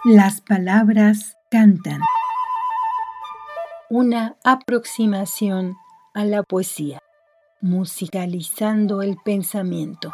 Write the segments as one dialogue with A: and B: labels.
A: Las palabras cantan. Una aproximación a la poesía, musicalizando el pensamiento.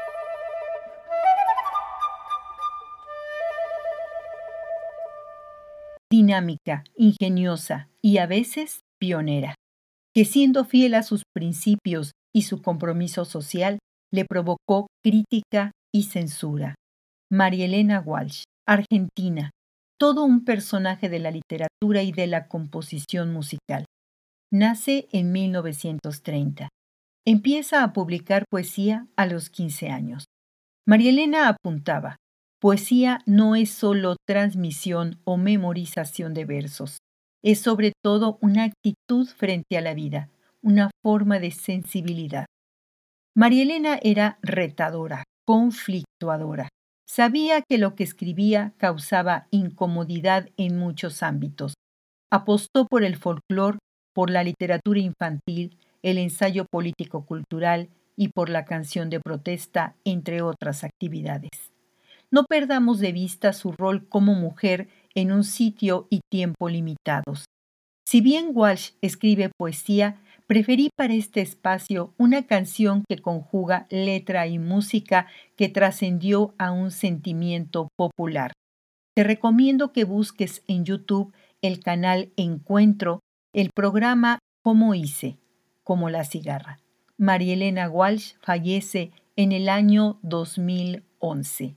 A: Dinámica, ingeniosa y a veces pionera, que siendo fiel a sus principios y su compromiso social, le provocó crítica y censura. María Elena Walsh, argentina, todo un personaje de la literatura y de la composición musical. Nace en 1930. Empieza a publicar poesía a los 15 años. María Elena apuntaba: poesía no es solo transmisión o memorización de versos, es sobre todo una actitud frente a la vida, una forma de sensibilidad. María Elena era retadora, conflictuadora. Sabía que lo que escribía causaba incomodidad en muchos ámbitos. Apostó por el folclore, por la literatura infantil, el ensayo político-cultural y por la canción de protesta, entre otras actividades. No perdamos de vista su rol como mujer en un sitio y tiempo limitados. Si bien Walsh escribe poesía, preferí para este espacio una canción que conjuga letra y música que trascendió a un sentimiento popular. Te recomiendo que busques en YouTube el canal Encuentro, el programa Cómo hice, como la cigarra. María Elena Walsh fallece en el año 2011.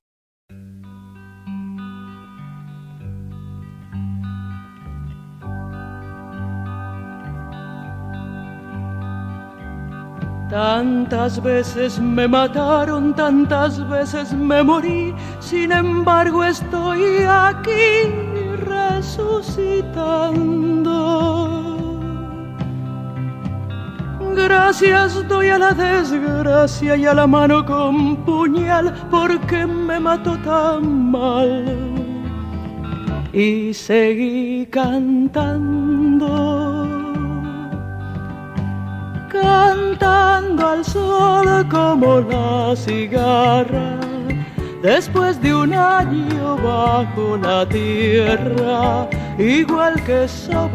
B: Tantas veces me mataron, tantas veces me morí, sin embargo estoy aquí resucitando. Gracias doy a la desgracia y a la mano con puñal, porque me mató tan mal. Y seguí cantando, cantando al sol como la cigarra, después de un año bajo la tierra, igual que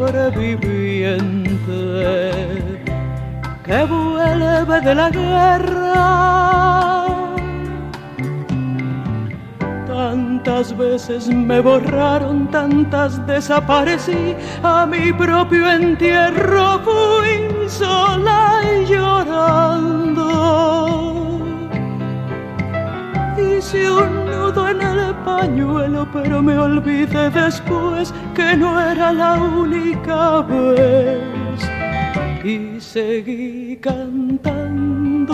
B: sobreviviente que vuelve de la guerra. Tantas veces me borraron, tantas desaparecí, a mi propio entierro fui sola y llorando. Hice un nudo en el pañuelo, pero me olvidé después que no era la única vez. Y seguí cantando,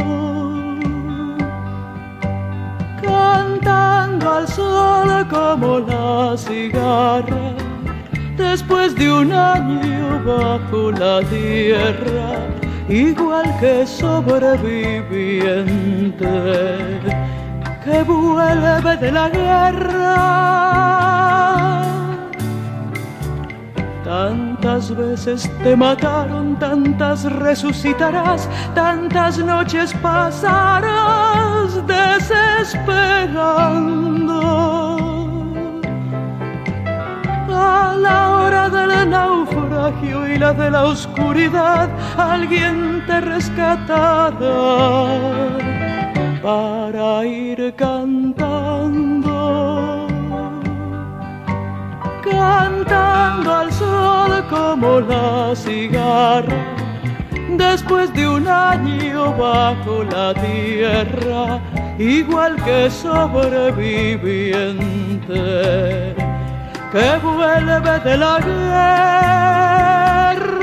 B: cantando al sol como la cigarra, después de un año bajo la tierra, igual que sobreviviente que vuelve de la guerra. Tantas veces te mataron, tantas resucitarás, tantas noches pasarás desesperando. A la hora del naufragio y la de la oscuridad, alguien te rescatará para ir cantando, cantando al sol como la cigarra, después de un año bajo la tierra, igual que sobreviviente que vuelve de la guerra.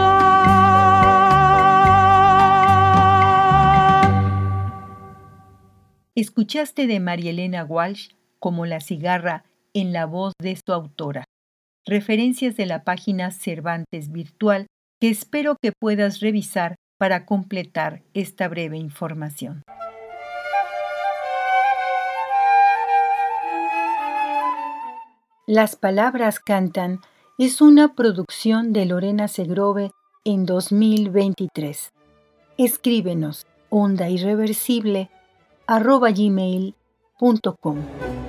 A: Escuchaste de María Elena Walsh como la cigarra en la voz de su autora. Referencias de la página Cervantes Virtual que espero que puedas revisar para completar esta breve información. Las palabras cantan es una producción de Lorena Segrove en 2023. Escríbenos ondairreversible@gmail.com.